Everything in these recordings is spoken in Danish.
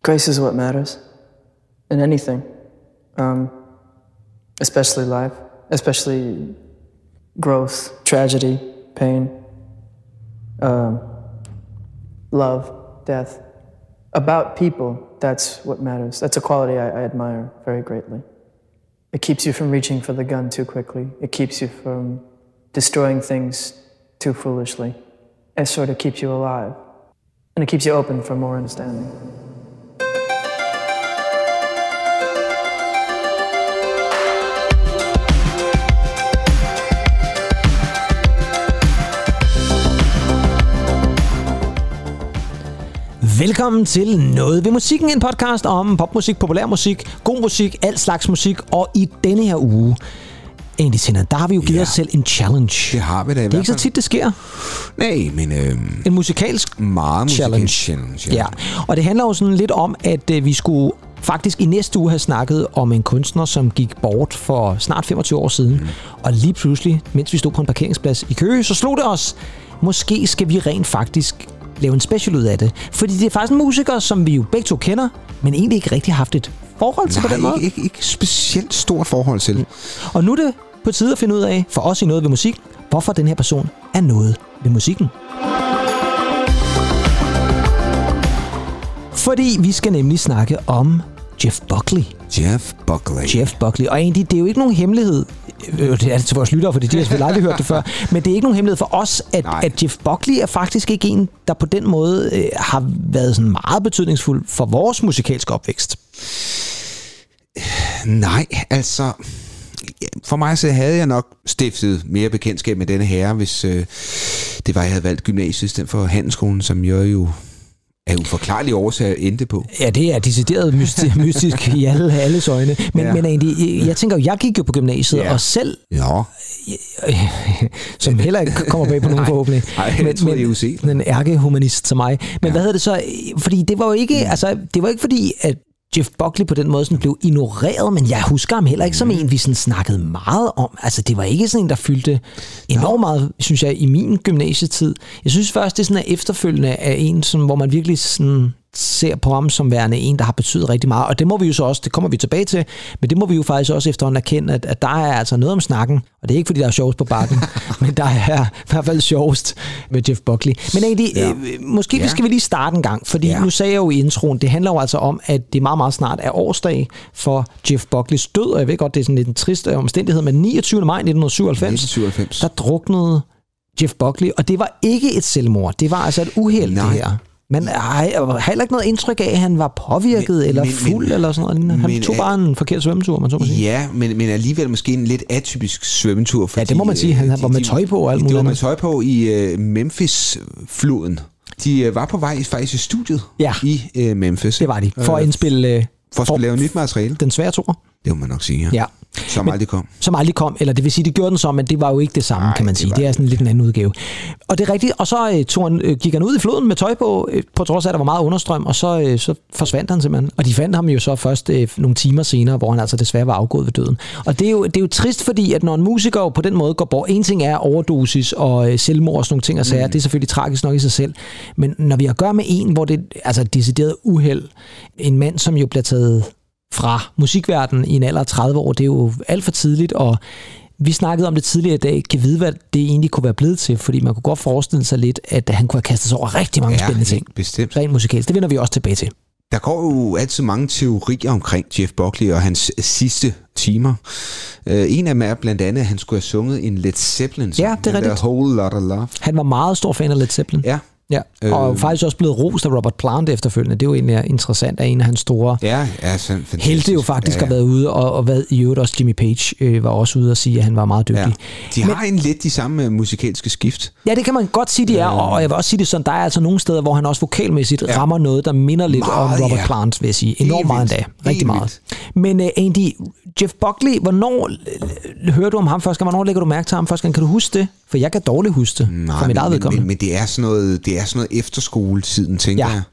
Grace is what matters in anything, especially life, especially growth, tragedy, pain, love, death. About people, that's what matters. That's a quality I admire very greatly. It keeps you from reaching for the gun too quickly. It keeps you from destroying things too foolishly. It sort of keeps you alive. And it keeps you open for more understanding. Velkommen til Noget ved musikken, en podcast om popmusik, populærmusik, god musik, al slags musik, og i denne her uge, egentlig Tina, der har vi jo givet os selv en challenge. Det har vi da i hvert fald. Det er ikke så tit, det sker. Nej, men en musikalsk meget challenge. challenge. Ja, og det handler jo sådan lidt om, at vi skulle faktisk i næste uge have snakket om en kunstner, som gik bort for snart 25 år siden. Og lige pludselig, mens vi stod på en parkeringsplads i Køge, så slog det os, måske skal vi rent faktisk lave en special ud af det. Fordi det er faktisk en musiker, som vi jo begge to kender, men egentlig ikke rigtig har haft et forhold til på den måde. Ikke specielt stort forhold til. Og nu er det på tide at finde ud af, for os i Noget ved musik, hvorfor den her person er noget ved musikken. Fordi vi skal nemlig snakke om Jeff Buckley. Jeff Buckley. Og egentlig, det er jo ikke nogen hemmelighed, det er det til vores lyttere, fordi de har selvfølgelig aldrig hørt det før, men det er ikke nogen hemmelighed for os, at Jeff Buckley er faktisk ikke en, der på den måde har været sådan meget betydningsfuld for vores musikalske opvækst. Nej, altså for mig så havde jeg nok stiftet mere bekendtskab med denne herre, hvis det var, jeg havde valgt gymnasiet i stedet for handelsskolen, som jeg jo af uforklarlige årsager endte på. Ja, det er decideret mystisk i alles øjne. Men egentlig, jeg tænker jo, jeg gik jo på gymnasiet, og selv, som heller ikke kommer bag på nogen forhåbentlig, men en ærkehumanist som mig. Men hvad hedder det så? Fordi det var jo ikke, altså, det var ikke fordi, at Jeff Buckley på den måde sådan blev ignoreret, men jeg husker ham heller ikke som en, vi sådan snakkede meget om. Altså, det var ikke sådan en, der fyldte enormt meget, synes jeg, i min gymnasietid. Jeg synes først, det er sådan en efterfølgende af en, sådan, hvor man virkelig sådan ser på ham som værende en, der har betydet rigtig meget. Og det må vi jo så også, det kommer vi tilbage til, men det må vi jo faktisk også efterhånden erkende, at der er altså noget om snakken, og det er ikke fordi, der er sjovest på bakken, men der er i hvert fald sjovest med Jeff Buckley. Men egentlig, måske skal vi lige starte en gang, fordi nu sagde jeg jo i introen, det handler jo altså om, at det meget, meget snart er årsdag for Jeff Buckleys død, og jeg ved godt, det er sådan lidt en trist omstændighed, men 29. maj 1997, der druknede Jeff Buckley, og det var ikke et selvmord, det var altså et uheld, det her. Men har heller ikke noget indtryk af, at han var påvirket eller fuld eller sådan noget. Han tog bare en forkert svømmetur, man så må sige. Ja, men alligevel måske en lidt atypisk svømmetur. Fordi, det må man sige. Han var med tøj på og alt muligt. Det var med tøj på i Memphis-floden. De var på vej faktisk i studiet i Memphis. Det var de. For at indspille... For at lave nyt materiale. Den svære tur. Det må man nok sige, ja. Som aldrig kom, eller det vil sige, det gjorde den så, men det var jo ikke det samme, kan man sige. Det er sådan lidt en anden udgave. Og det er rigtigt, og så gik han ud i floden med tøj på trods af, at der var meget understrøm, og så forsvandt han simpelthen. Og de fandt ham jo så først nogle timer senere, hvor han altså desværre var afgået ved døden. Og det er jo trist, fordi at når en musiker på den måde går bort, en ting er overdosis og selvmord og sådan nogle ting og sager, det er selvfølgelig tragisk nok i sig selv. Men når vi har at gøre med en, hvor det altså et decideret uheld, en mand, som jo bliver taget fra musikverdenen i en alder af 30 år, det er jo alt for tidligt, og vi snakkede om det tidligere i dag, kan vide, hvad det egentlig kunne være blevet til, fordi man kunne godt forestille sig lidt, at han kunne have kastet sig over rigtig mange spændende ting. Bestemt. Rent musikalsk. Det vender vi også tilbage til. Der går jo altid mange teorier omkring Jeff Buckley og hans sidste timer. En af dem er blandt andet, at han skulle have sunget en Led Zeppelin. Ja, det er rigtigt. Whole Lotta Love. Han var meget stor fan af Led Zeppelin. Ja. Og faktisk også blevet rost af Robert Plant efterfølgende. Det er jo egentlig interessant, at en af hans store helte jo faktisk har været ude, og hvad i øvrigt også Jimmy Page var også ude og sige, at han var meget dygtig. Ja. De har lidt de samme musikalske skift. Ja, det kan man godt sige, de er, og jeg vil også sige det sådan, der er altså nogle steder, hvor han også vokalmæssigt rammer noget, der minder lidt om Robert Plant, vil jeg sige. Enormt meget endda. Rigtig meget. Men Andy, Jeff Buckley, hvornår hører du om ham første gang? Hvornår lægger du mærke til ham første gang? Kan du huske det? For jeg kan dårligt huske det. Nej, men det er sådan noget efterskoletiden, tænker jeg.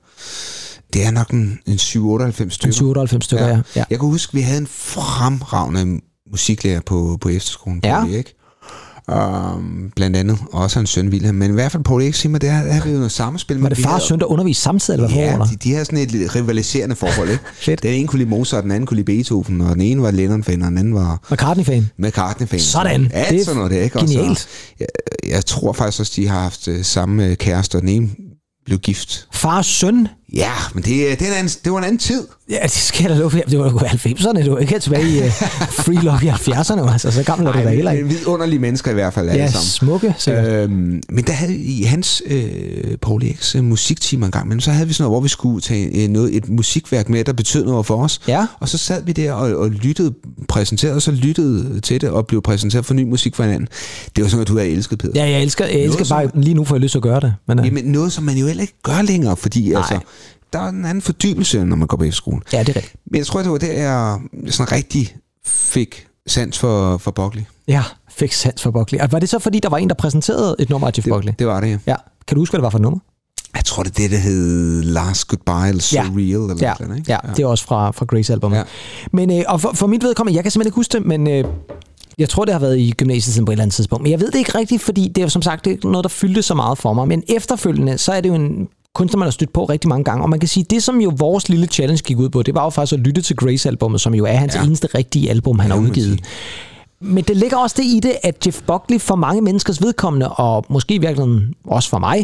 Det er nok en 7-98 stykker. 7-98 stykker, ja. Jeg kan huske, vi havde en fremragende musiklærer på efterskolen. Ja. Ikke? Blandt andet også hans søn Wilhelm. Men i hvert fald Paul Erik Zimmer, der har vi jo noget samspil. Var det far og søn, der underviste samtidig, eller hvad foregår der? De har sådan et rivaliserende forhold, ikke? Fedt. Den ene kunne lide Mozart, den anden kunne lide Beethoven, og den ene var Lennon-fan, og den anden var... McCartney-fan. Sådan. Ja, det er sådan noget, det er ikke? Genialt. Jeg tror faktisk også, de har haft samme kæreste, og den ene blev gift. Far og søn? Ja, men det var en anden tid. Ja, det skal jeg da love for. Det var 90'erne, det var ikke helt tilbage i Free Love i 70'erne, altså så gammel var det da heller ikke. Vidunderlige mennesker i hvert fald alle sammen. Smukke, sikkert. Men der havde i hans Paul Eriks musiktimer engang, men så havde vi sådan noget, hvor vi skulle tage et musikværk med, der betød noget for os. Ja. Og så sad vi der og lyttede, præsenterede, og så lyttede til det, og blev præsenteret for ny musik for hinanden. Det var sådan, at du havde elsket, Peter. Ja, jeg elsker bare, lige nu får jeg lyst til at gøre det. Men, jamen noget, som man jo heller ikke gør længere, fordi altså... Der er en anden fordybelse, når man går på efterskolen. Ja, det er rigtigt. Men jeg tror, det var der, jeg sådan rigtig fik sans for Buckley. Ja, fik sans for Buckley. Og var det så, fordi der var en, der præsenterede et nummer af Jeff Buckley? Det var det, ja. Kan du huske, hvad det var for et nummer? Jeg tror, det er det, der hed Last Goodbye, eller So Real, eller noget, ikke? Ja, det er også fra Grace-albumet. Ja. Men, og for mit vedkommende, jeg kan simpelthen ikke huske det, men... Jeg tror, det har været i gymnasiet på et eller andet tidspunkt. Men jeg ved det ikke rigtigt, fordi det er som sagt det er noget, der fyldte så meget for mig. Men efterfølgende, så er det jo en kunstner, man har stødt på rigtig mange gange. Og man kan sige, det som jo vores lille challenge gik ud på, det var jo faktisk at lytte til Grace-albummet, som jo er hans eneste rigtige album, han har udgivet. Men det ligger også det i det, at Jeff Buckley for mange menneskers vedkommende, og måske i virkeligheden også for mig,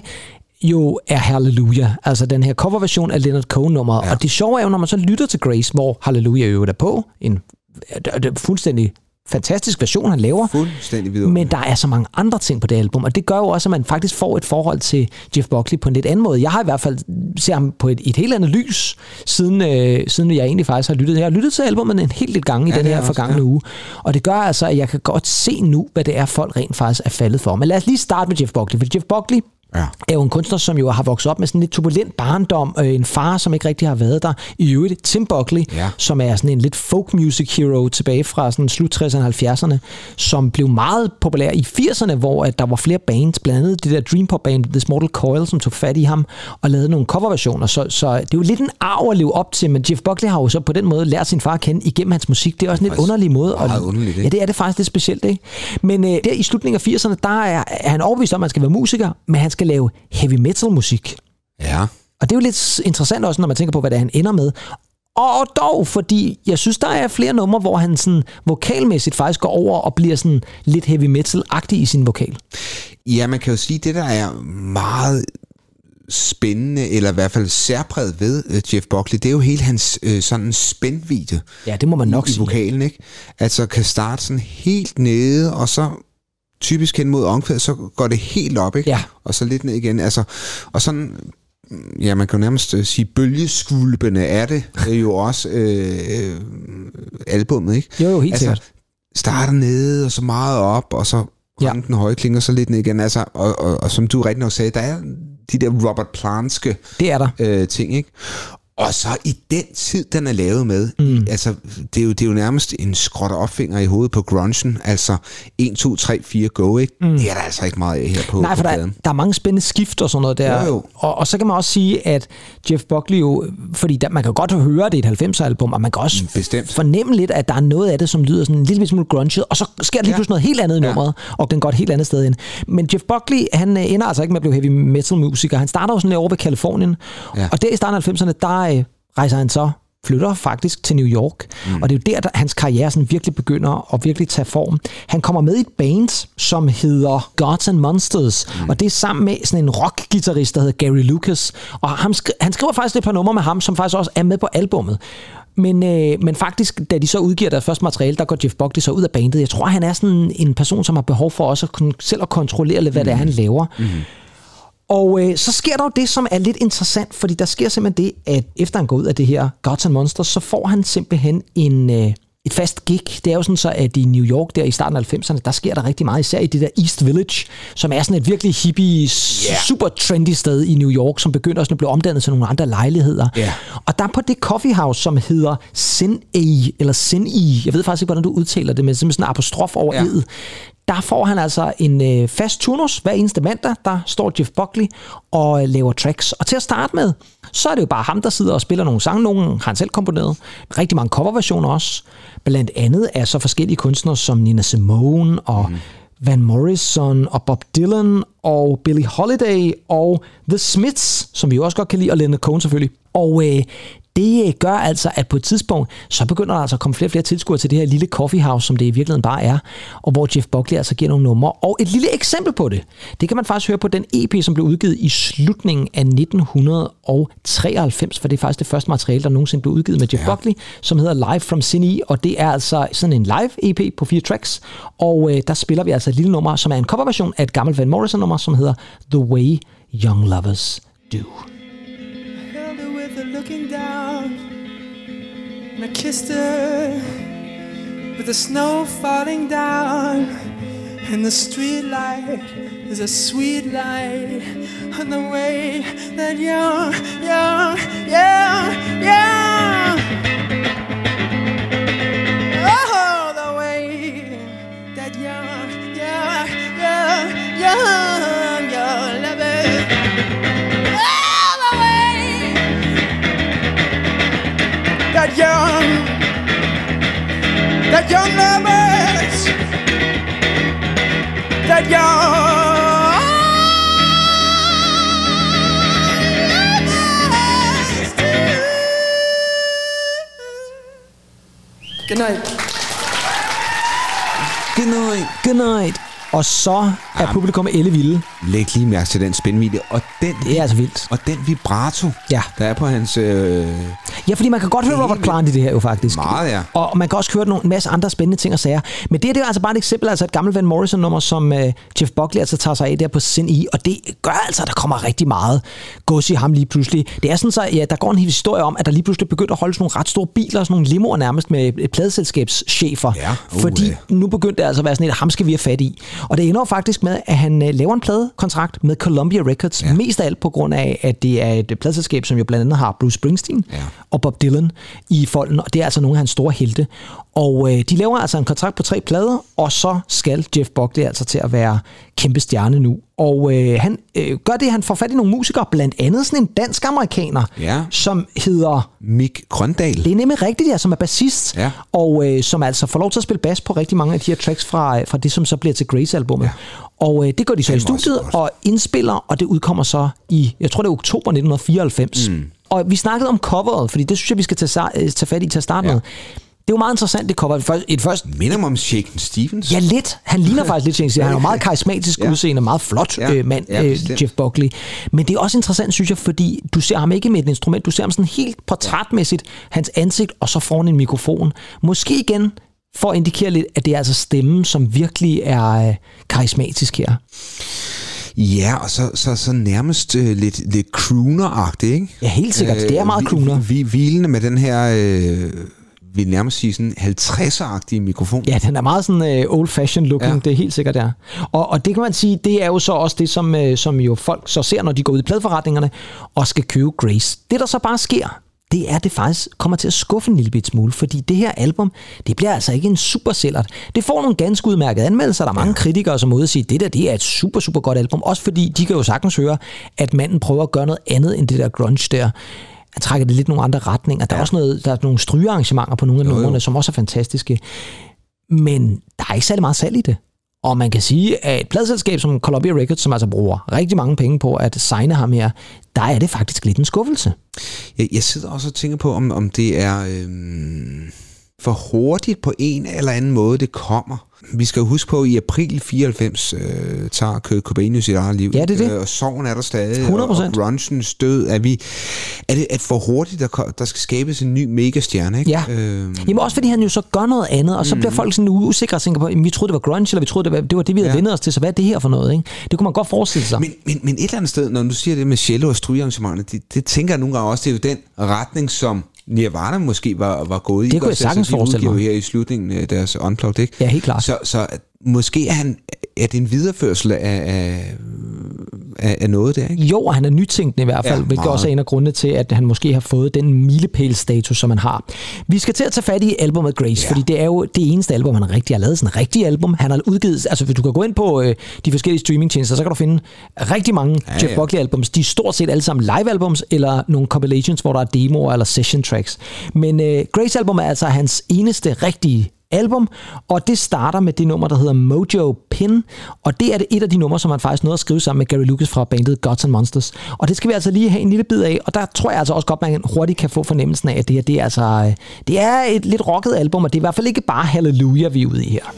jo er Hallelujah. Altså den her coverversion af Leonard Cohen-nummeret. Ja. Og det sjove er jo, når man så lytter til Grace, hvor Hallelujah jo er på, en fuldstændig fantastisk version, han laver. Fuldstændig videre. Men der er så mange andre ting på det album, og det gør jo også, at man faktisk får et forhold til Jeff Buckley på en lidt anden måde. Jeg har i hvert fald set ham på et helt andet lys, siden jeg egentlig faktisk har lyttet. Jeg har lyttet til albumet en helt lidt gange i den her forgangne uge. Og det gør altså, at jeg kan godt se nu, hvad det er, folk rent faktisk er faldet for. Men lad os lige starte med Jeff Buckley, for Jeff Buckley er jo en kunstner, som jo har vokset op med sådan en lidt turbulent barndom, en far, som ikke rigtig har været der. I øvrigt Tim Buckley, som er sådan en lidt folk music hero tilbage fra sådan slut 60'erne og 70'erne, som blev meget populær i 80'erne, hvor at der var flere bands, blandt andet det der dream pop band This Mortal Coil, som tog fat i ham og lavede nogle coverversioner. Så det er jo lidt en arv at leve op til, men Jeff Buckley har jo så på den måde lært sin far at kende igennem hans musik. Det er også en lidt underlig måde. Ja, det er det faktisk lidt specielt, ikke? Men der i slutningen af 80'erne, der er han overbevist om, at man skal være musiker, men han skal lave heavy metal musik. Ja. Og det er jo lidt interessant også, når man tænker på, hvad det er, han ender med. Og dog, fordi jeg synes, der er flere numre, hvor han sådan vokalmæssigt faktisk går over og bliver sådan lidt heavy metal-agtig i sin vokal. Ja, man kan jo sige, det der er meget spændende, eller i hvert fald særpræget ved Jeff Buckley, det er jo hele hans sådan spændvidde. Ja, det må man nok sige. I vokalen, ikke? Altså kan starte sådan helt nede, og så typisk hen mod omkvædet, så går det helt op, ikke? Ja. Og så lidt ned igen. Altså, og sådan, ja, man kan jo nærmest sige, bølgeskvulpende er det jo også albummet, ikke? Jo, helt sikkert. Starter nede, og så meget op, og så den høje klinger så lidt ned igen. Altså, og som du rigtig nok sagde, der er de der Robert Plantske ting, ikke? Og så i den tid, den er lavet med, altså, det er jo nærmest en skråt opfinger i hovedet på grungen, altså 1, 2, 3, 4, go, ikke? Det er der altså ikke meget af her på. Nej, for der er mange spændende skift og sådan noget der. Jo. Og så kan man også sige, at Jeff Buckley jo, fordi man kan godt høre, det er et 90'er-album, og man kan også fornemme lidt, at der er noget af det, som lyder sådan en lille smule grunget, og så sker der lige pludselig noget helt andet i nummeret, og den går et helt andet sted ind. Men Jeff Buckley, han ender altså ikke med at blive heavy metal-musiker. Han starter jo sådan lidt over ved Californien, og der i starten af 90'erne, der rejser han så, flytter faktisk til New York, og det er jo der hans karriere sådan virkelig begynder at virkelig tage form. Han kommer med i et band, som hedder Gods and Monsters, og det er sammen med sådan en rock-guitarist, der hedder Gary Lucas, og han skriver faktisk et par numre med ham, som faktisk også er med på albummet. Men faktisk, da de så udgiver deres første materiale, der går Jeff Buckley så ud af bandet. Jeg tror, han er sådan en person, som har behov for også selv at kontrollere lidt, hvad det er, han laver. Og så sker der jo det, som er lidt interessant, fordi der sker simpelthen det, at efter han går ud af det her Gods and Monsters, så får han simpelthen et fast gig. Det er jo sådan så, at i New York, der i starten af 90'erne, der sker der rigtig meget, især i det der East Village, som er sådan et virkelig hippie, super trendy sted i New York, som begynder også at blive omdannet til nogle andre lejligheder. Og der på det coffee house, som hedder Sin-E, eller Sin-E, jeg ved faktisk ikke, hvordan du udtaler det, men simpelthen sådan en apostrof over i'et, der får han altså en fast turnus hver eneste mandag, der står Jeff Buckley og laver tracks. Og til at starte med, så er det jo bare ham, der sidder og spiller nogle sange. Nogle har han selv komponeret. Rigtig mange coverversioner også. Blandt andet er så forskellige kunstnere som Nina Simone og Van Morrison og Bob Dylan og Billie Holiday og The Smiths, som vi jo også godt kan lide, og Leonard Cohen selvfølgelig. Og det gør altså, at på et tidspunkt, så begynder der altså at komme flere og flere tilskuere til det her lille coffeehouse, som det i virkeligheden bare er, og hvor Jeff Buckley altså giver nogle numre. Og et lille eksempel på det, det kan man faktisk høre på den EP, som blev udgivet i slutningen af 1993, for det er faktisk det første materiale, der nogensinde blev udgivet med Jeff Buckley, som hedder Live from Sin E, og det er altså sådan en live-EP på 4 tracks, og der spiller vi altså et lille nummer, som er en coverversion af et gammelt Van Morrison-nummer, som hedder The Way Young Lovers Do. Looking down, and I kissed her with the snow falling down, and the street light is a sweet light on the way that young. Oh, the way that young lovers. That young lovers, that young lovers do. Good night. Good night. Good night. Og så er publikum ellevilde. Læg lige mærke til den spændvidde. Og den, det er altså vildt. Og den vibrato, der er på hans... Ja, fordi man kan godt høre Robert Plant i det her jo faktisk. Meget, ja. Og man kan også høre en masse andre spændende ting og sager. Men det er altså bare et eksempel, altså et gammelt Van Morrison-nummer, som Jeff Buckley altså tager sig af der på Sin E. Og det gør altså, at der kommer rigtig meget gods i ham lige pludselig. Det er sådan så, ja, der går en historie om, at der lige pludselig begyndte at holde sådan nogle ret store biler, sådan nogle limoer nærmest med pladeselskabschefer. Ja. Fordi nu begyndte det altså at være sådan et, ham skal vi have fat i. Og det ender faktisk med, at han laver en pladekontrakt med Columbia Records, mest af alt på grund af, at det er et pladeselskab, som jo blandt andet har Bruce Springsteen og Bob Dylan i folden, og det er altså nogle af hans store helte. Og de laver altså en kontrakt på 3 plader, og så skal Jeff Buckley altså til at være kæmpe stjerne nu. Og han gør det, han får fat i nogle musikere, blandt andet sådan en dansk-amerikaner, som hedder... Mick Grøndal. Det er nemlig rigtigt, ja, som er bassist, og som altså får lov til at spille bas på rigtig mange af de her tracks fra det, som så bliver til Grace-albummet. Ja. Og det går de så i studiet og indspiller, og det udkommer så i, jeg tror det er oktober 1994. Og vi snakkede om coveret, fordi det synes jeg, vi skal tage fat i til at starte med. Det er jo meget interessant, det cover. Minder mig om Shakin' Stevens? Ja, lidt. Han ligner faktisk lidt Shakin' Stevens. Han er jo meget karismatisk udseende, meget flot mand, Jeff Buckley. Men det er også interessant, synes jeg, fordi du ser ham ikke med et instrument. Du ser ham sådan helt portrætmæssigt, hans ansigt, og så foran en mikrofon. Måske igen for at indikere lidt, at det er altså stemmen, som virkelig er karismatisk her. Ja, og så nærmest lidt crooner-agtigt, ikke? Ja, helt sikkert. Det er meget crooner. Vi hvilende med den her... vil nærmest sige sådan 50'er-agtig mikrofon. Ja, den er meget sådan old-fashioned looking, det er helt sikkert der. Og det kan man sige, det er jo så også det, som jo folk så ser, når de går ud i pladeforretningerne og skal købe Grace. Det, der så bare sker, det er, at det faktisk kommer til at skuffe en lille bit smule, fordi det her album, det bliver altså ikke en supersælger. Det får nogle ganske udmærkede anmeldelser. Der er mange kritikere, som må sige, at det er et super, super godt album. Også fordi de kan jo sagtens høre, at manden prøver at gøre noget andet end det der grunge der. Han trækker det lidt nogle andre retninger. Der er også der er nogle strygearrangementer på nogle af numrene, som også er fantastiske. Men der er ikke særlig meget salg i det. Og man kan sige, at et pladeselskab som Columbia Records, som altså bruger rigtig mange penge på at signe ham her, der er det faktisk lidt en skuffelse. Jeg sidder også og tænker på, om det er for hurtigt på en eller anden måde, det kommer. Vi skal jo huske på, at i april 94 tager Kurt Cobain jo sit eget liv. Ja, det er det. Og sorgen er der stadig. 100%. Og grungens død. Er det at for hurtigt, der skal skabes en ny megastjerne, ikke? Ja. Jamen også fordi han jo så gør noget andet, og så bliver folk sådan usikre og tænker på, vi troede, det var grunge, eller vi troede, det var det, vi havde vendet os til, så hvad er det her for noget, ikke? Det kunne man godt forestille sig. Men et eller andet sted, når du siger det med cello og strygearrangementer, det tænker jeg nogle gange også, det er jo den retning, som Nirvana måske var gået i. Det kunne jeg sagtens forestille mig. Her i slutningen af deres Unplugged, ikke? Ja, helt klart. Så måske er det en videreførsel af noget der, ikke? Jo, og han er nytænkende i hvert fald, hvilket også er en af grundene til, at han måske har fået den milepælstatus, som han har. Vi skal til at tage fat i albumet Grace, fordi det er jo det eneste album, han rigtig har lavet. Sådan et rigtigt album. Han har udgivet, altså hvis du kan gå ind på de forskellige streamingtjenester, så kan du finde rigtig mange Jeff Buckley-albums. De er stort set alle sammen live-albums, eller nogle compilations, hvor der er demoer eller session tracks. Men Grace-album er altså hans eneste rigtige album, og det starter med det nummer, der hedder Mojo Pin, og det er et af de numre, som man faktisk nåede at skrive sammen med Gary Lucas fra bandet Gods and Monsters. Og det skal vi altså lige have en lille bid af, og der tror jeg altså også godt, man hurtigt kan få fornemmelsen af, at det her, det er et lidt rocket album, og det er i hvert fald ikke bare Hallelujah, vi er ude i her.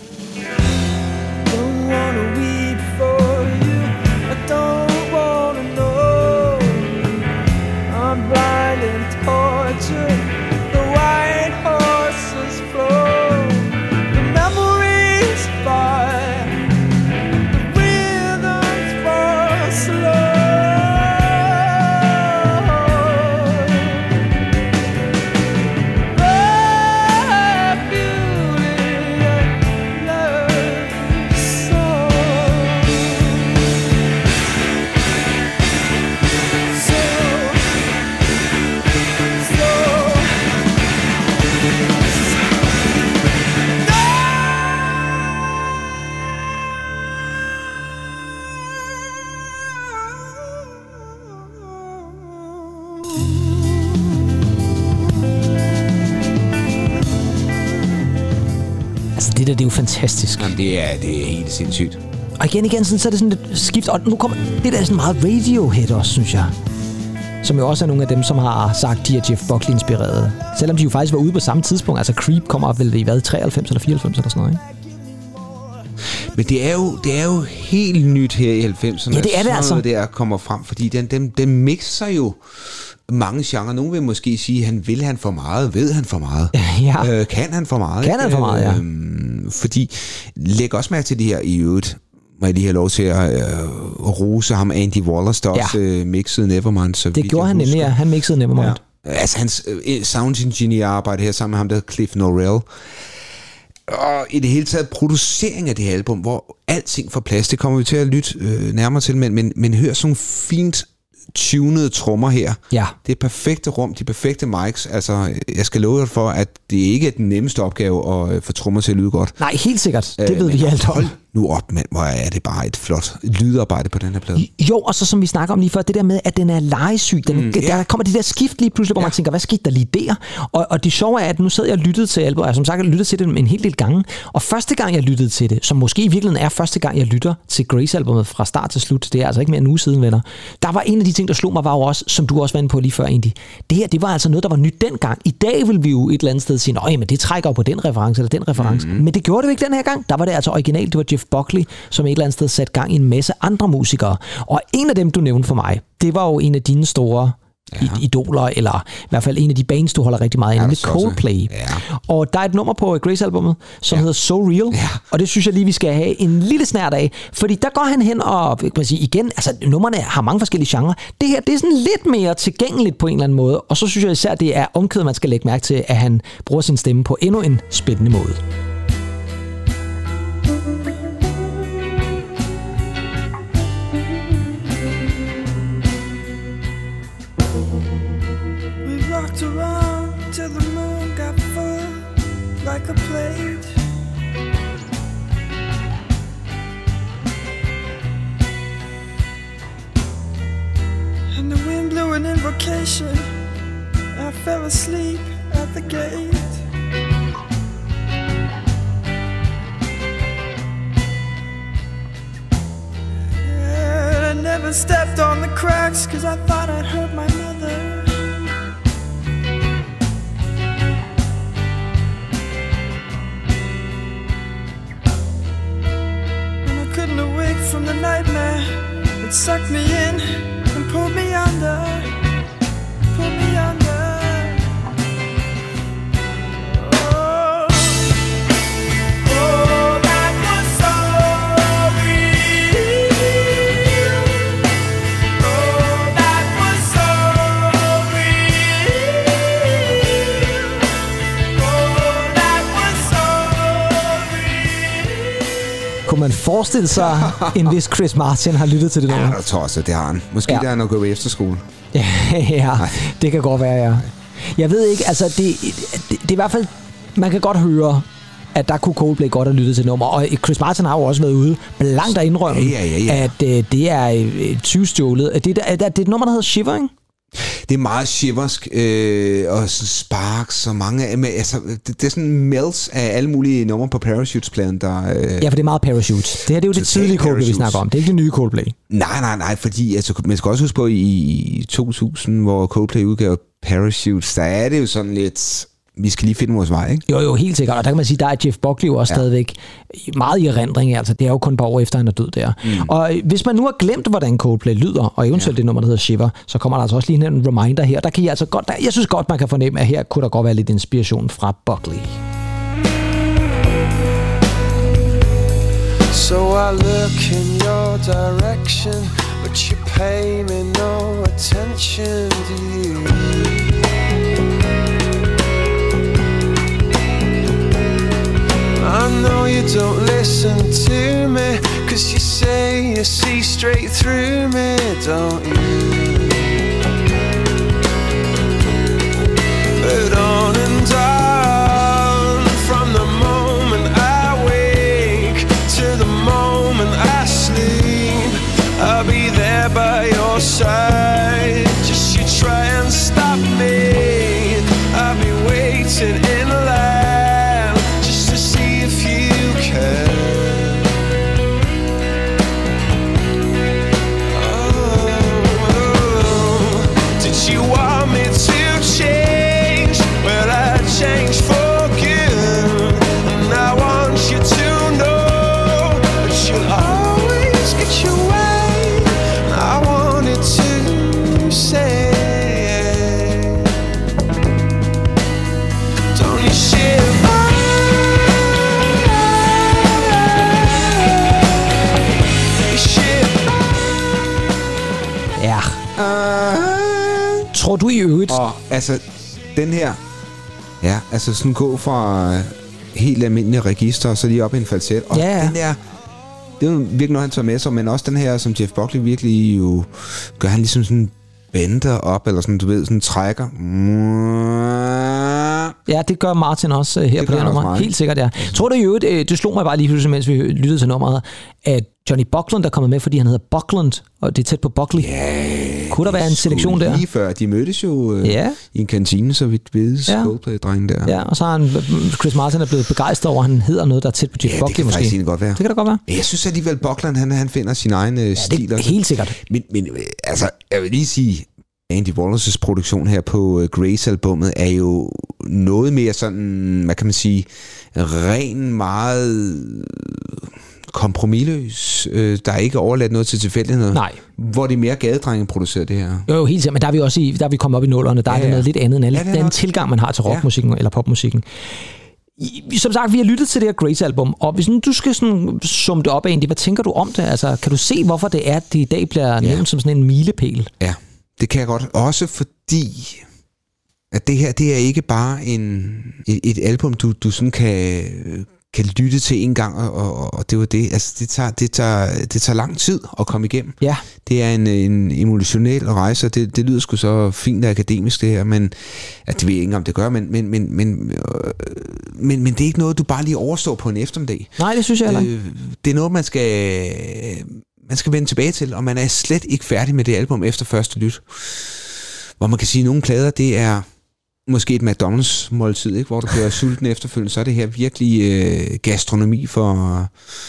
Det er jo fantastisk. Jamen, det er helt sindssygt. Og igen, så er det sådan lidt skift. Og nu kommer det der sådan meget Radiohead også, synes jeg. Som jo også er nogle af dem, som har sagt, de er Jeff Buckley inspireret. Selvom de jo faktisk var ude på samme tidspunkt. Altså Creep kommer vel i 93 eller 94 eller sådan noget, ikke? Men det er jo helt nyt her i 90'erne. Ja, det er det altså. Noget der kommer frem, fordi den mixer jo mange genrer. Nogen vil måske sige, vil han for meget? Ved han for meget? Ja. Kan han for meget? Kan han for meget, ja. Fordi, læg også mærke til det her i øvrigt. Må jeg lige have lov til at rose ham, Andy Wallace, der også mixede Nevermind. Så det gjorde han nemlig, ja. Han mixede Nevermind. Ja. Altså hans sound engineer arbejde her sammen med ham, der hedder Cliff Norrell. Og i det hele taget producering af det her album, hvor alting får plads, det kommer vi til at lytte nærmere til, men hør sådan fint tunede trommer her. Ja. Det er perfekte rum, de perfekte mics. Altså, jeg skal love dig for, at det ikke er den nemmeste opgave at få trommer til at lyde godt. Nej, helt sikkert. Det ved vi alt om. Nu op, mand, hvor er det bare et flot lydarbejde på den her plade. Jo, og så som vi snakker om lige før, det der med, at den er legesyg. Der kommer de der skift lige pludselig, hvor man tænker, hvad skete der lige der? Og det sjove er, at nu sad jeg og lyttede til albumet, og som sagt, jeg lyttede til det en hel del gange. Og første gang, jeg lyttede til det, som måske i virkeligheden er første gang, jeg lytter til Grace-albumet fra start til slut, det er altså ikke mere en uge siden, venner. Der var en af de ting, der slog mig, var jo også, som du også var inde på lige før, egentlig. Det her, det var altså noget, der var nyt dengang. I dag vil vi jo et eller andet sted sige, men det trækker jo på den reference eller den reference. Men det gjorde det jo ikke den her gang. Der var det altså originalt, det var Jeff Buckley, som et eller andet sted satte gang i en masse andre musikere. Og en af dem, du nævnte for mig, det var jo en af dine store idoler, eller i hvert fald en af de bands, du holder rigtig meget inde med, Coldplay. Ja. Og der er et nummer på Grace-albummet, som hedder So Real, og det synes jeg lige, vi skal have en lille snært af, fordi der går han hen og, kan man sige, igen, altså numrene har mange forskellige genrer. Det her, det er sådan lidt mere tilgængeligt på en eller anden måde, og så synes jeg især, det er omkvædet, man skal lægge mærke til, at han bruger sin stemme på endnu en spændende måde. Around till the moon got full like a plate. And the wind blew an invocation. I fell asleep at the gate. And I never stepped on the cracks 'cause I thought I'd hurt my mother. From the nightmare that sucked me in and pulled me under, pulled me under. Oh, oh, that was so real. Oh, that was so real. Oh, that was so real. Kunne man forestille sig, en vis Chris Martin har lyttet til det nummer? Ja, jeg tror også, det har han. Måske der er han at gå i efterskole. Ja, det kan godt være, ja. Jeg ved ikke, altså det er i hvert fald, man kan godt høre, at der kunne Coldplay godt have lyttet til nummer. Og Chris Martin har jo også været ude blankt at indrømme, at det er tyvstjålet. Det er et nummer, der hedder Shivering. Det er meget shiversk, og Sparks og mange af... Altså, det er sådan melts af alle mulige numre på Parachutes-pladen, der... Ja, for det er meget Parachutes. Det her det er jo det tidlige Coldplay, vi snakker om. Det er ikke det nye Coldplay. Nej, fordi altså, man skal også huske på, i 2000, hvor Coldplay udgav Parachutes, der er det jo sådan lidt... Vi skal lige finde vores vej, ikke? Jo, helt sikkert. Og der kan man sige, der er Jeff Buckley jo også stadigvæk meget i erindring. Altså, det er jo kun et par år efter, han er død der. Og hvis man nu har glemt, hvordan Coldplay lyder, og eventuelt det nummer, der hedder Shiver, så kommer der altså også lige en reminder her. Der kan I altså godt, jeg synes godt, man kan fornemme, at her kunne der godt være lidt inspiration fra Buckley. So I look in your direction, but you pay me no attention, do you? I know you don't listen to me, 'cause you say you see straight through me, don't you? But on and on, from the moment I wake to the moment I sleep, I'll be there by your side. Just you try and stop me, I'll be waiting in line just to see if you can. Oh, did you want me to change? Well, I changed for good, and I want you to know that you'll always get your way. And I wanted to say, don't you shiver? You shiver. Ja. Tror du i øvrigt... Og altså, den her... Ja, altså sådan gå fra helt almindelige register, og så lige op i en falset. Og den der... Det er jo virkelig noget, han tager med sig, men også den her, som Jeff Buckley virkelig jo... Gør han ligesom sådan bender op, eller sådan, du ved, sådan trækker. Ja, det gør Martin også her på det nummer. Helt sikkert, ja. Tror du i øvrigt, det slog mig bare lige pludselig, mens vi lyttede til nummeret, at Johnny Buckland er kommet med, fordi han hedder Buckland, og det er tæt på Buckley. Kunne der være en selektion der? Lige før, de mødtes jo i en kantine, så vidt ved Coldplay-drengen der. Ja, og så har Chris Martin er blevet begejstret over, at han hedder noget, der er tæt på Jeff Buckley måske. Det kan godt være. Det kan da godt være. Jeg synes alligevel, Buckland, han finder sin egen stil. Det er helt sikkert. Men altså, jeg vil lige sige, Andy Wallaces produktion her på Grace-albummet er jo noget mere sådan, hvad kan man sige, ren, meget kompromisløs. Der er ikke overladt noget til tilfældighed. Nej. Hvor det er mere gadedrenge produceret det her. Jo, helt sikkert. Men der er vi også der er vi kommet op i nullerne. Der er det noget lidt andet end den tilgang, man har til rockmusikken eller popmusikken. Som sagt, vi har lyttet til det her Grace-album, og hvis du skal sådan summe det op af, hvad tænker du om det? Altså, kan du se, hvorfor det er, at det i dag bliver nævnt som sådan en milepæl? Ja. Det kan jeg godt. Også fordi, at det her, det er ikke bare et album, du sådan kan lytte til en gang, og det var det. Altså, det tager lang tid at komme igennem. Ja. Det er en emotionel rejse, og det lyder sgu så fint og akademisk, det her, men at det ved jeg ikke, om det gør, men det er ikke noget, du bare lige overstår på en eftermiddag. Nej, det synes jeg heller ikke. Det er noget, man skal vende tilbage til, og man er slet ikke færdig med det album efter første lyt. Hvor man kan sige, at nogle plader, det er måske et McDonald's-måltid, ikke? Hvor du bliver sulten efterfølgende, så er det her virkelig gastronomi for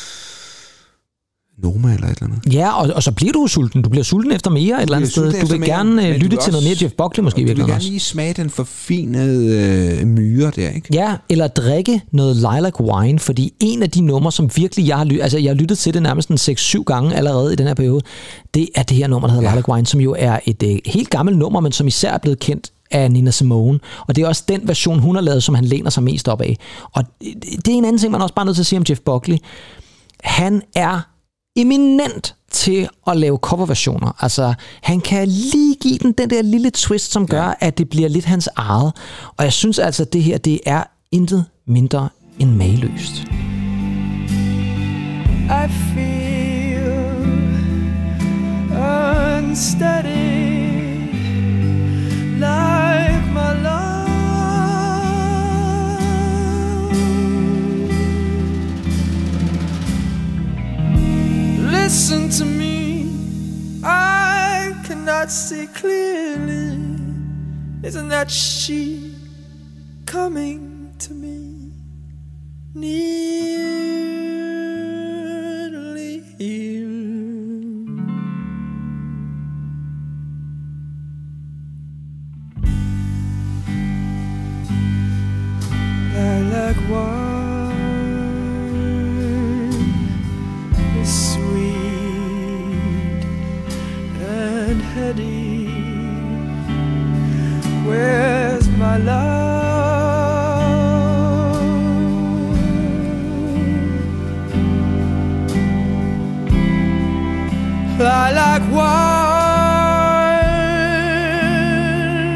Noma eller et eller andet. Ja, og så bliver du sulten. Du bliver sulten efter mere et eller andet sted. Du vil gerne lytte til noget mere Jeff Buckley måske. Du vil gerne lige smage den forfinede myre der, ikke? Ja, eller drikke noget lilac wine, fordi en af de numre, som virkelig jeg har lyttet til det nærmest 6-7 gange allerede i den her periode, det er det her nummer, der hedder Lilac Wine, som jo er et helt gammelt nummer, men som især er blevet kendt af Nina Simone. Og det er også den version, hun har lavet, som han læner sig mest op af. Og det er en anden ting, man også bare nødt til at sige om Jeff Buckley. Han er eminent til at lave coverversioner. Altså, han kan lige give den der lille twist, som gør, at det bliver lidt hans eget. Og jeg synes altså, at det her, det er intet mindre end mageløst. I feel unsteady, like my love. Listen to me, I cannot see clearly. Isn't that she coming to me? Nearly here. Lilac wine is sweet and heady. Where's my love? Lilac wine,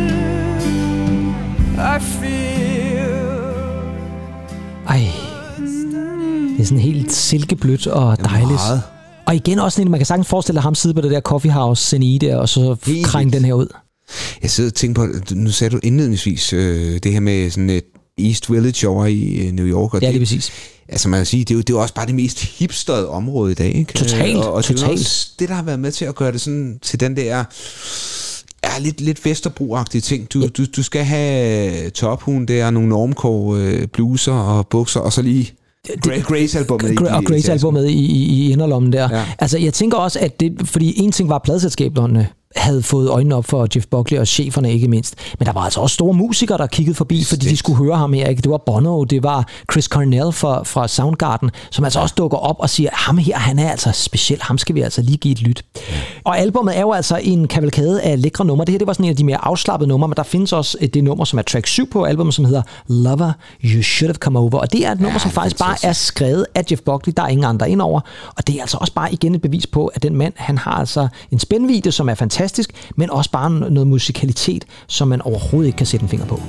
I feel. Ej, det er sådan helt silkeblødt og dejligt. Og igen også sådan, man kan sagtens forestille ham sidde på det der coffee house, sende i der, og så krænge den her ud. Jeg sidder og tænker på, nu sagde du indledningsvis det her med sådan et East Village over i New York. Og ja, det er præcis. Altså man kan sige, det er jo også bare det mest hipsterede område i dag, ikke? Totalt, og totalt. Det er også det, der har været med til at gøre det sådan til den der lidt Vesterbro-agtige ting. Du skal have tophuen der, nogle normcore bluser og bukser, og så lige Grace-albummet og Grace-albummet i inderlommen der. Ja. Altså, jeg tænker også, at det, fordi en ting var, at pladeselskaberne havde fået øjnene op for Jeff Buckley og cheferne ikke mindst. Men der var altså også store musikere, der kiggede forbi, fordi de skulle høre ham her. Ikke? Det var Bono, det var Chris Cornell fra Soundgarden, som altså også dukker op og siger, ham her, han er altså speciel, ham skal vi altså lige give et lyt. Og albumet er jo altså en kavalkade af lækre numre. Det her, det var sådan en af de mere afslappede numre, men der findes også det nummer, som er track 7 på albumet, som hedder Lover, You Should Have Come Over. Og det er et nummer, som faktisk bare er skrevet af Jeff Buckley. Der er ingen andre indover. Og det er altså også bare igen et bevis på, at den mand, han har altså en spændvidde, som er fantastisk, men også bare noget musikalitet, som man overhovedet ikke kan sætte en finger på.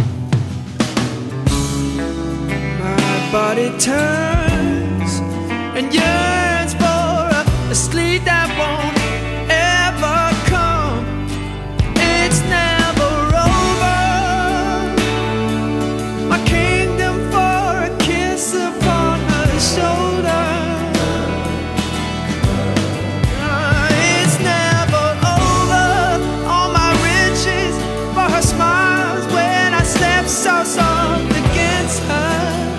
My body turns and yearns for a sleep that won't ever come. It's never over. My kingdom for a kiss upon her shoulder. Her smiles when I step so soft against her.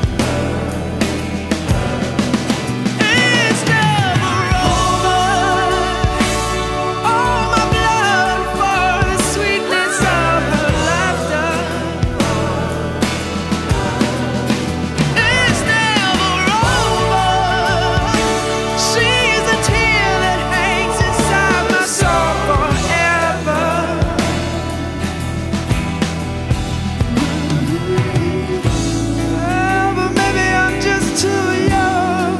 It's never over. All my blood for the sweetness of her laughter. It's never over. She's a tear that hangs inside my soul forever. Too young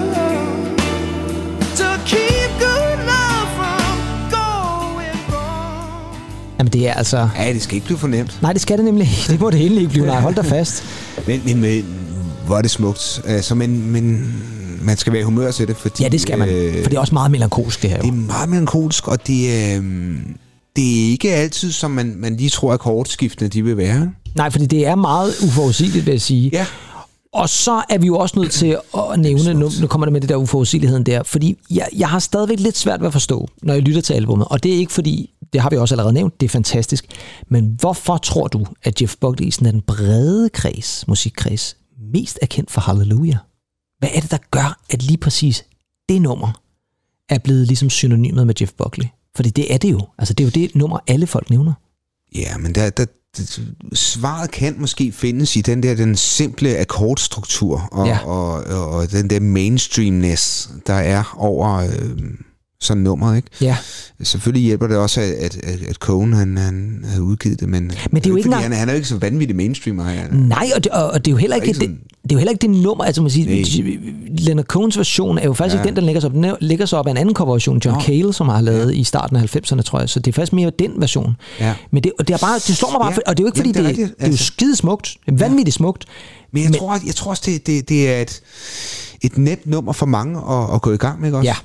to keep good love from going wrong. Jamen det er altså... Ja, det skal ikke blive for nemt. Nej, det skal det nemlig. Det må det endelig ikke blive. Nej, hold da fast. Men hvor er det smukt. Altså, men man skal være i humør til det, fordi... Ja, det skal man. For det er også meget melankolsk, det her. Det er meget melankolsk, og det er ikke altid, som man lige tror, at akkordskiftene de vil være. Nej, fordi det er meget uforudsigeligt, vil jeg sige. Ja. Og så er vi jo også nødt til at nævne, nu kommer det med det der uforudsigeligheden der, fordi jeg har stadigvæk lidt svært ved at forstå, når jeg lytter til albumet, og det er ikke fordi, det har vi også allerede nævnt, det er fantastisk, men hvorfor tror du, at Jeff Buckley i sådan den brede kreds, musikkreds, mest er kendt for Hallelujah? Hvad er det, der gør, at lige præcis det nummer er blevet ligesom synonymet med Jeff Buckley? Fordi det er det jo. Altså det er jo det nummer, alle folk nævner. Ja, men svaret kan måske findes i den simple akkordstruktur og den der mainstreamness, der er over sådan nummeret, ikke? Ja. Selvfølgelig hjælper det også, at Cohen han havde udgivet det, men det er jo ikke han er jo ikke så vanvittig mainstreamer her. Nej, og det er jo heller ikke det er jo heller ikke det nummer, altså man siger, Leonard Cohens version er jo faktisk ikke den, der ligger sig op af en anden coverversion, John Cale, som har lavet i starten af 90'erne, tror jeg, så det er faktisk mere den version. Ja. Men det slår mig bare, og det er jo ikke fordi, det er jo skide smukt, vanvittigt smukt. Men jeg tror også, det er et net nummer for mange at gå i gang med, også?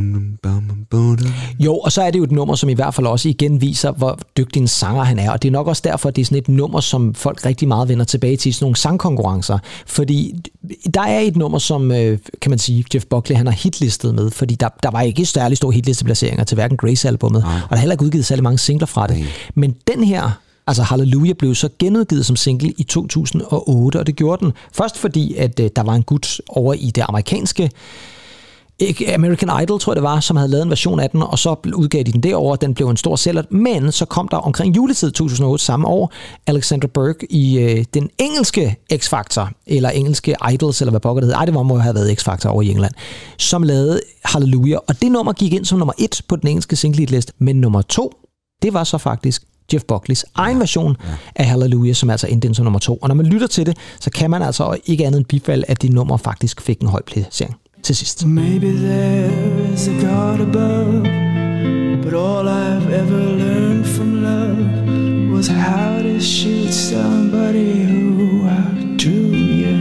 Ja. Jo, og så er det jo et nummer, som i hvert fald også igen viser, hvor dygtig en sanger han er, og det er nok også derfor, at det er sådan et nummer, som folk rigtig meget vender tilbage til, sådan nogle sangkonkurrencer, fordi der er et nummer, som, kan man sige, Jeff Buckley, han har hitlistet med, fordi der var ikke særlig store hitlisteplaceringer til hverken Grace-albummet, og der er heller ikke udgivet særlig mange singler fra det. Men den her Altså Hallelujah blev så genudgivet som single i 2008, og det gjorde den først fordi, at der var en gut over i det amerikanske American Idol, tror jeg det var, som havde lavet en version af den, og så udgav de den derovre, den blev en stor sælger, men så kom der omkring juletid 2008 samme år, Alexander Burke i den engelske X-Factor, eller engelske Idols, eller hvad pokker det hed, det må have været X-Factor over i England, som lavede Hallelujah, og det nummer gik ind som nummer 1 på den engelske single-liste, men nummer 2, det var så faktisk Jeff Buckleys egen version af Hallelujah, som altså endte ind som nummer 2, og når man lytter til det, så kan man altså ikke andet end bifalde, at det nummer faktisk fik en høj placering. Til sidst. Maybe there is a God above, but all I've ever learned from love was how to shoot somebody who outdrew you.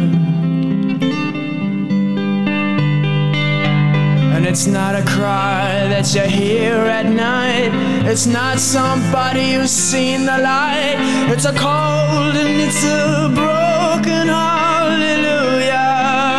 And it's not a cry that you hear at night, it's not somebody who's seen the light, it's a cold and it's a broken hallelujah.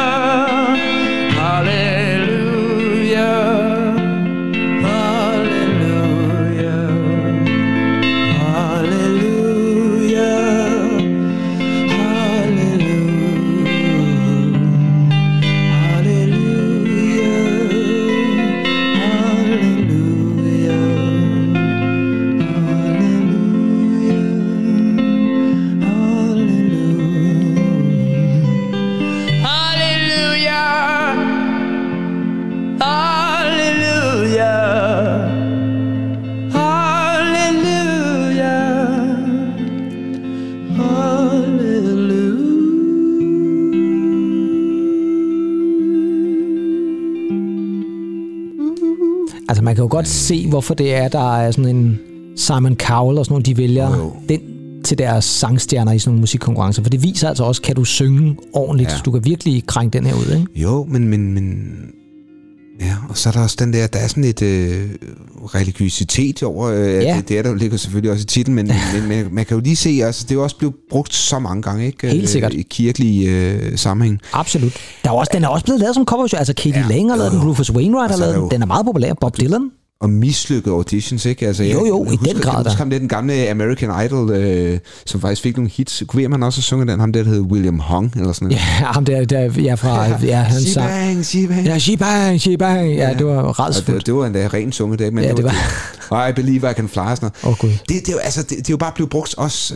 Altså man kan jo godt se, hvorfor det er, der er sådan en Simon Cowell og sådan nogle, de vælger den til deres sangstjerner i sådan nogle musikkonkurrencer, for det viser altså også, kan du synge ordentligt, du kan virkelig krænge den her ud, ikke? Jo, men ja, og så er der også den der er sådan lidt religiøsitet over, det er der ligger selvfølgelig også i titlen, men man kan jo lige se, altså det er jo også blevet brugt så mange gange, ikke? Helt sikkert. I kirkelige sammenhæng. Absolut. Den er også blevet lavet som cover, altså Katie Lang har lavet den, Rufus Wainwright har lavet den, den er meget populær, Bob Dylan. Og mislykkede auditions, ikke? Altså, jo, i den grad der. Jeg husker den gamle American Idol, som faktisk fik nogle hits. Kunne man også synge den? Ham der hed William Hung, eller sådan noget. Ja, ham der fra... han sang... Shebang. Ja, shebang. Ja, det var rædsfuldt. Det var endda ren sunge, det, men det var... I believe I can fly, sådan noget. Gud. Det er jo bare blevet brugt også...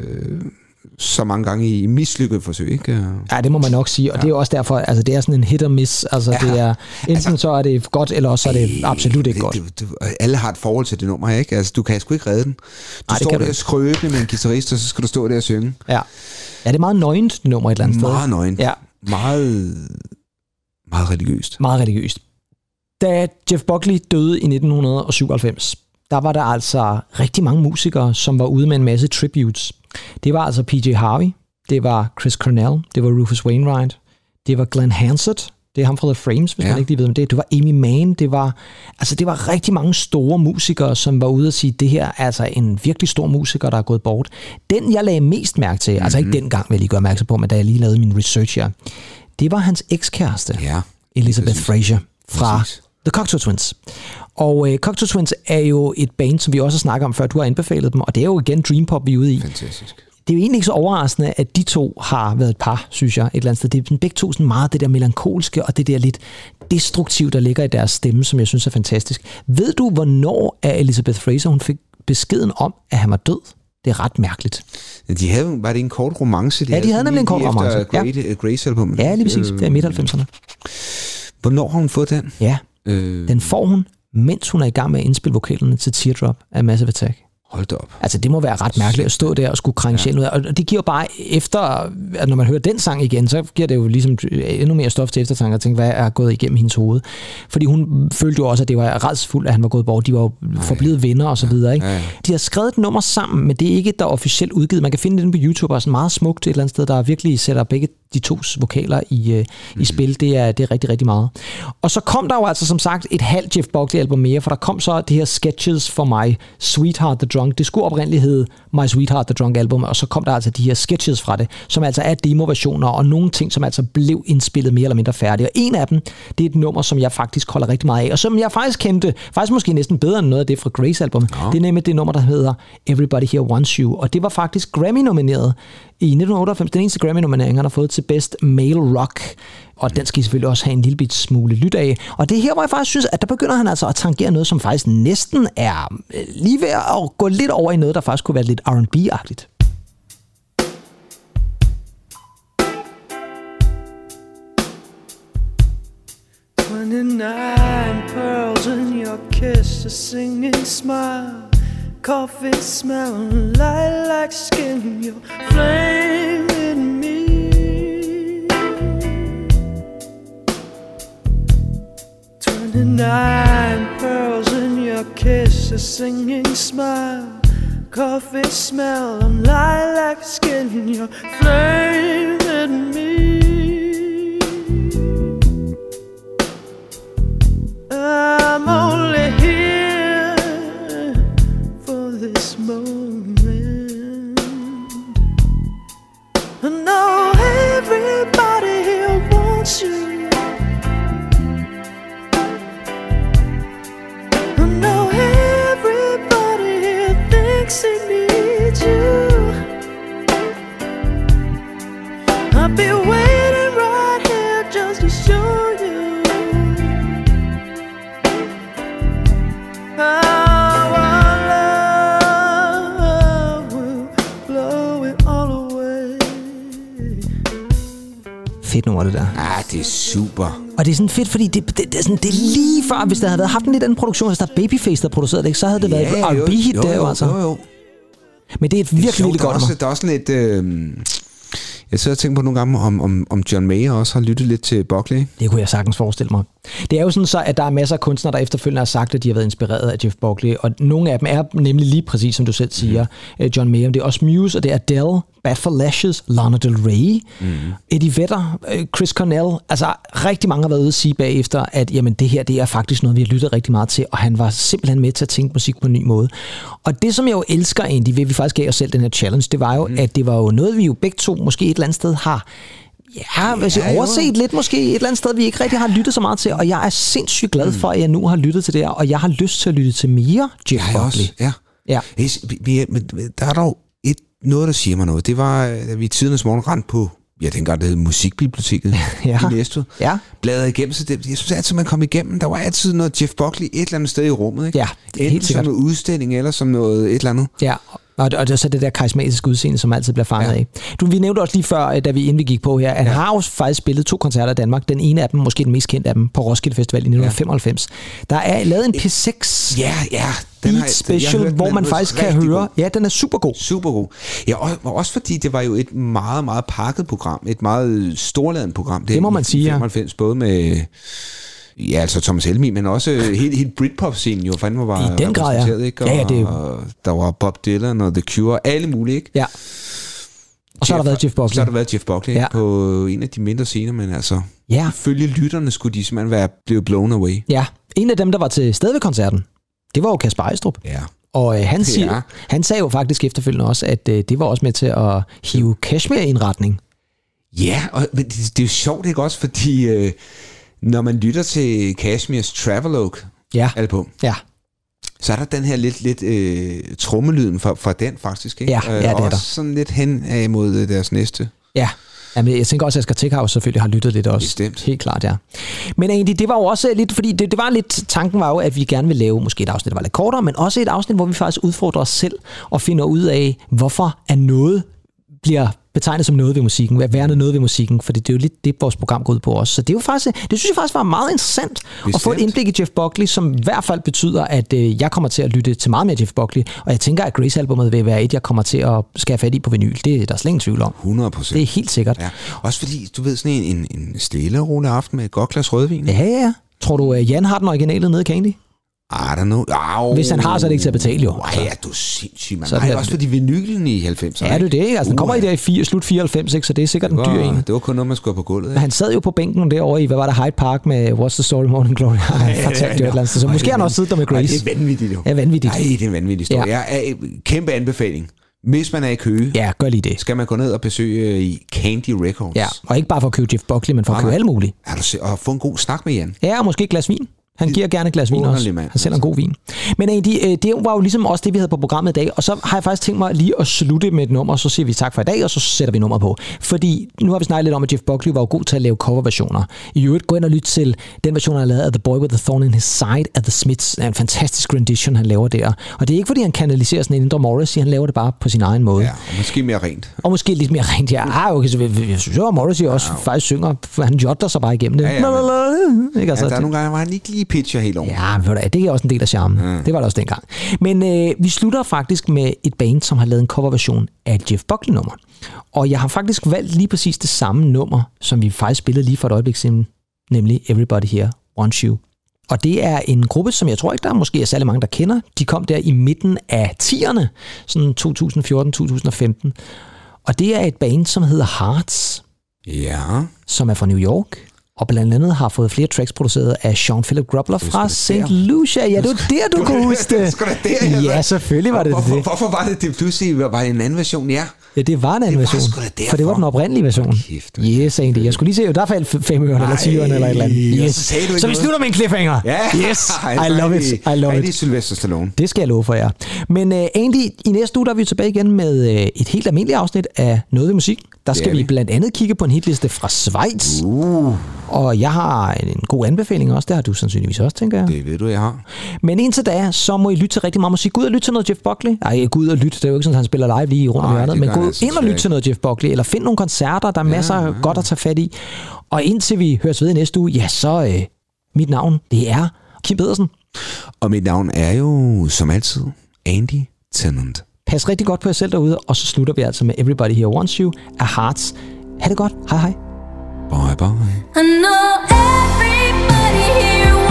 så mange gange i mislykket forsøg, ikke? Ja, det må man nok sige, og det er jo også derfor, altså det er sådan en hit og miss, altså det er, enten så er det godt, eller også er det absolut ikke godt. Alle har et forhold til det nummer, ikke? Altså du kan sgu ikke redde den. Du står der skrøbende med en guitarist, og så skal du stå der og synge. Ja, det er meget nøgent nummer et eller andet sted. Meget nøgent. Ja. Meget religiøst. Meget religiøst. Da Jeff Buckley døde i 1997, der var der altså rigtig mange musikere, som var ude med en masse tributes. Det var altså PJ Harvey, det var Chris Cornell, det var Rufus Wainwright, det var Glenn Hansard, det er ham fra The Frames, hvis man ikke lige ved om det. Det var Amy Mann, det var rigtig mange store musikere, som var ude og sige, det her er altså en virkelig stor musiker, der er gået bort. Den, jeg lagde mest mærke til, altså ikke dengang, vil jeg lige gøre opmærksom på, men da jeg lige lavede min research her, det var hans ekskæreste, Elizabeth Fraser, fra The Cocteau Twins. Og Cocteau Twins er jo et band, som vi også har snakket om før, du har anbefalet dem, og det er jo igen Dream Pop, vi er ude i. Fantastisk. Det er jo egentlig ikke så overraskende, at de to har været et par, synes jeg, et eller andet sted. Det er begge to sådan meget det der melankolske, og det der lidt destruktivt, der ligger i deres stemme, som jeg synes er fantastisk. Ved du, hvornår af Elizabeth Fraser, hun fik beskeden om, at han var død? Det er ret mærkeligt. Var det en kort romance? De havde nemlig en kort romance. Grace-album. Ja, lige præcis. Det er midt-90'erne. Hvornår har hun fået den? Ja, den får hun, mens hun er i gang med at indspille vokalerne til Teardrop af Massive Attack. Hold da op. Altså, det må være ret mærkeligt at stå der og skulle krænge sjælen ud af. Og det giver bare efter, at når man hører den sang igen, så giver det jo ligesom endnu mere stof til eftertanke og tænke, hvad er gået igennem hendes hoved. Fordi hun følte jo også, at det var rædselsfuldt, at han var gået bort. De var jo forblevet venner og så videre. Ikke? De har skrevet et nummer sammen, men det er ikke der officielt udgivet. Man kan finde det på YouTube og sådan meget smukt et eller andet sted, der virkelig sætter begge de tos vokaler i spil. Det er rigtig, rigtig meget. Og så kom der jo altså som sagt et halvt Jeff Buckley-album mere, for der kom så det her Sketches for My Sweetheart the Drunk. Det skulle oprindeligt hedde My Sweetheart the Drunk album, og så kom der altså de her sketches fra det, som altså er demoversioner, og nogle ting, som altså blev indspillet mere eller mindre færdige. Og en af dem, det er et nummer, som jeg faktisk holder rigtig meget af, og som jeg faktisk kendte, faktisk måske næsten bedre end noget af det fra Grace-album. Ja. Det er nemlig det nummer, der hedder Everybody Here Wants You, og det var faktisk Grammy-nomineret i 1998, den eneste Grammy-nominering, han har fået til Best Male Rock, og den skal I selvfølgelig også have en lille bit smule lyt af. Og det er her, hvor jeg faktisk synes, at der begynder han altså at tangere noget, som faktisk næsten er lige ved at gå lidt over i noget, der faktisk kunne være lidt R&B-agtigt. Pearls in your kiss, a singing smile, coffee smell, lilac skin, your flame in me. 29 pearls in your kiss, a singing smile, coffee smell, lilac skin, your flame in me. I'm only here for this moment. I know everybody here wants you. I know everybody here thinks they need you. I'll be waiting right here just to show you. Fedt nummer, det der. Ah, det er super. Og det er sådan fedt, fordi det er lige før, hvis der havde haft en lidt anden produktion, hvis der er Babyface, der producerede det, ikke, så havde det været et R&B-hit der jo, altså. Jo. Men det er et virkelig godt nummer. Der er også lidt... Jeg sidder og tænker på nogle gange, om John Mayer også har lyttet lidt til Buckley. Det kunne jeg sagtens forestille mig. Det er jo sådan så, at der er masser af kunstnere, der efterfølgende har sagt, at de har været inspireret af Jeff Buckley, og nogle af dem er nemlig lige præcis, som du selv siger, John Mayer. Det er også Muse, og det er Adele, Bad for Lashes, Lana Del Rey, Eddie Vedder, Chris Cornell. Altså rigtig mange har været ude at sige bagefter, at jamen, det her det er faktisk noget, vi har lyttet rigtig meget til, og han var simpelthen med til at tænke musik på en ny måde. Og det, som jeg jo elsker egentlig ved, vi faktisk gav os selv den her challenge, det var jo, at det var jo noget, vi jo begge to måske et eller andet sted har overset lidt måske et eller andet sted, vi ikke rigtig har lyttet så meget til, og jeg er sindssygt glad for, at jeg nu har lyttet til det her, og jeg har lyst til at lytte til mere Jeff Buckley. Også, ja. Der er dog noget, der siger mig noget. Det var, da vi i tidernes morgen rendte på, dengang det hed Musikbiblioteket i Næstved. Ja. Bladrede igennem, så jeg synes altid, man kom igennem. Der var altid noget Jeff Buckley et eller andet sted i rummet, ikke? Ja, helt sikkert. Som noget udstilling, eller som noget et eller andet. Ja, og det er så det der karismatiske udseende, som altid bliver fanget af. Vi nævnte også lige før, da vi gik på her, at han har jo faktisk spillet 2 koncerter i Danmark. Den ene af dem, måske den mest kendte af dem, på Roskilde Festival i 1995. Der er lavet en P6 Beat Special, hvor man faktisk kan høre. God. Ja, den er super god. Super god. Ja, og også fordi det var jo et meget, meget pakket program. Et meget storladent program. Det må man sige, 95, både med... Ja, altså Thomas Helmig, men også helt Britpop-scenen jo, fanden var i den grad, ja. Ikke? Og der var Bob Dylan og The Cure, alle mulige, ikke? Ja. Og så har der været Jeff Buckley. Så har der været Jeff Buckley på en af de mindre scener, men altså, ifølge lytterne skulle de simpelthen være blevet blown away. Ja, en af dem, der var til stede ved koncerten, det var jo Kasper Ejstrup. Ja. Og han sagde jo faktisk efterfølgende også, at det var også med til at hive Kashmir i en retning. Ja, og det er jo sjovt, ikke også, fordi... Når man lytter til Kashmirs Travelogue album, så er der den her lidt trommelyden fra den faktisk, ikke? Ja, det er også sådan lidt hen mod deres næste. Ja. Jamen, jeg tænker også, at Asger Tickhouse selvfølgelig har lyttet lidt også. Bestemt. Helt klart, ja. Men egentlig, det var jo også lidt, fordi det var lidt, tanken var jo, at vi gerne vil lave måske et afsnit, der var lidt kortere, men også et afsnit, hvor vi faktisk udfordrer os selv og finder ud af, hvorfor er noget bliver betegnet som noget ved musikken, værende noget ved musikken, for det er jo lidt det, vores program går ud på også. Så det er jo faktisk, det synes jeg faktisk var meget interessant at få et indblik i Jeff Buckley, som i hvert fald betyder, at jeg kommer til at lytte til meget mere Jeff Buckley, og jeg tænker, at Grace-albummet vil være et, jeg kommer til at skære fat i på vinyl. Det er der slet ingen tvivl om. 100%. Det er helt sikkert. Ja. Også fordi, du ved, sådan en stille og rolig aften med et godt glas rødvin. Ja. Tror du, Jan har den originale nede i Candy? I don't know. Hvis han har, så er det ikke til at betale, jo. Ja, du er sindssyg, man. Nej, også fordi vinylen i 90'erne. Ja, det er det. Altså, den kommer i der i slut 94, ikke? Så det er sikkert en dyr en. Det var kun noget, man skulle på gulvet. Men han sad jo på bænken derovre i, hvad var det, Hyde Park med What's the Story, Morning Glory. Han fortalte jo et eller andet. Så måske han også siddet der med Grace. Det er vanvittigt, jo. Ja, vanvittigt. Nej, det er en vanvittig historie. Ja. Kæmpe anbefaling. Hvis man er i Køge, gør lige det. Skal man gå ned og besøge i Candy Records. Ja, og ikke bare for at købe Jeff Buckley, men for at købe alt muligt. Og få en god snak med Jan. Ja, og måske et glas vin. Han giver gerne et glas vin også. Han sælger en god vin. Men det var jo ligesom også det, vi havde på programmet i dag. Og så har jeg faktisk tænkt mig lige at slutte med et nummer, så siger vi tak for i dag, og så sætter vi nummer på. Fordi nu har vi snakket lidt om, at Jeff Buckley var jo god til at lave coverversioner. I øvrigt, gå ind og lyt til den version, han har lavet af The Boy with the Thorn in His Side af The Smiths. Det er en fantastisk rendition, han laver der. Og det er ikke, fordi han kanaliserer sådan en indre Morrissey, han laver det bare på sin egen måde. Ja, og måske mere rent. Og måske lidt mere rent, ja. Okay, så jeg synes jo, at Morrissey også faktisk synger, for han jotter sig bare igennem det. Ja, der er nogle gange, hvor han ikke lige pitcher helt over. Ja, det er også en del af charmen. Det var det også dengang. Men vi slutter faktisk med et band, som har lavet en coverversion af et Jeff Buckley-nummer. Og jeg har faktisk valgt lige præcis det samme nummer, som vi faktisk spillede lige for et øjeblik siden, nemlig Everybody Here Wants You. Og det er en gruppe, som jeg tror ikke, der måske er særlig mange, der kender. De kom der i midten af 10'erne, sådan 2014-2015. Og det er et band, som hedder Hearts. Ja. Som er fra New York. Og blandt andet har fået flere tracks produceret af Sean Philip Grubler fra St. Lucia. Ja, det var der, du kunne huske det. Ja, selvfølgelig var det det. Hvorfor var det pludselig? Var det en anden version? Ja. Ja, det var en anden version. For det var den oprindelige version. Yes, egentlig. Jeg skulle lige se, der faldt 5 øre eller 10 øre eller et eller andet. Yes. Så vi slutter med en cliffhanger. Yes, I love it. I love it. Sylvester Stallone. Det skal jeg love for jer. Men Andy, i næste uge der er vi tilbage igen med et helt almindeligt afsnit af Noget ved Musik. Der skal vi blandt andet kigge på en hitliste fra Schweiz. Og jeg har en god anbefaling også. Det har du sandsynligvis også, tænker jeg. Det ved du, jeg har. Men indtil da, så må I lytte til rigtig meget musik. Gå ud og lytte til noget Jeff Buckley. Nej, gå ud og lytte. Det er jo ikke sådan, at han spiller live lige rundt om hjørnet. Men gå ind og lytte til noget Jeff Buckley. Eller find nogle koncerter. Der er masser af godt at tage fat i. Og indtil vi høres ved i næste uge, ja, så mit navn, det er Kim Pedersen. Og mit navn er jo, som altid, Andy Tennant. Pas rigtig godt på jer selv derude. Og så slutter vi altså med Everybody Here Wants You af Hearts. Ha' det godt. Hej hej. Bye bye. I know everybody here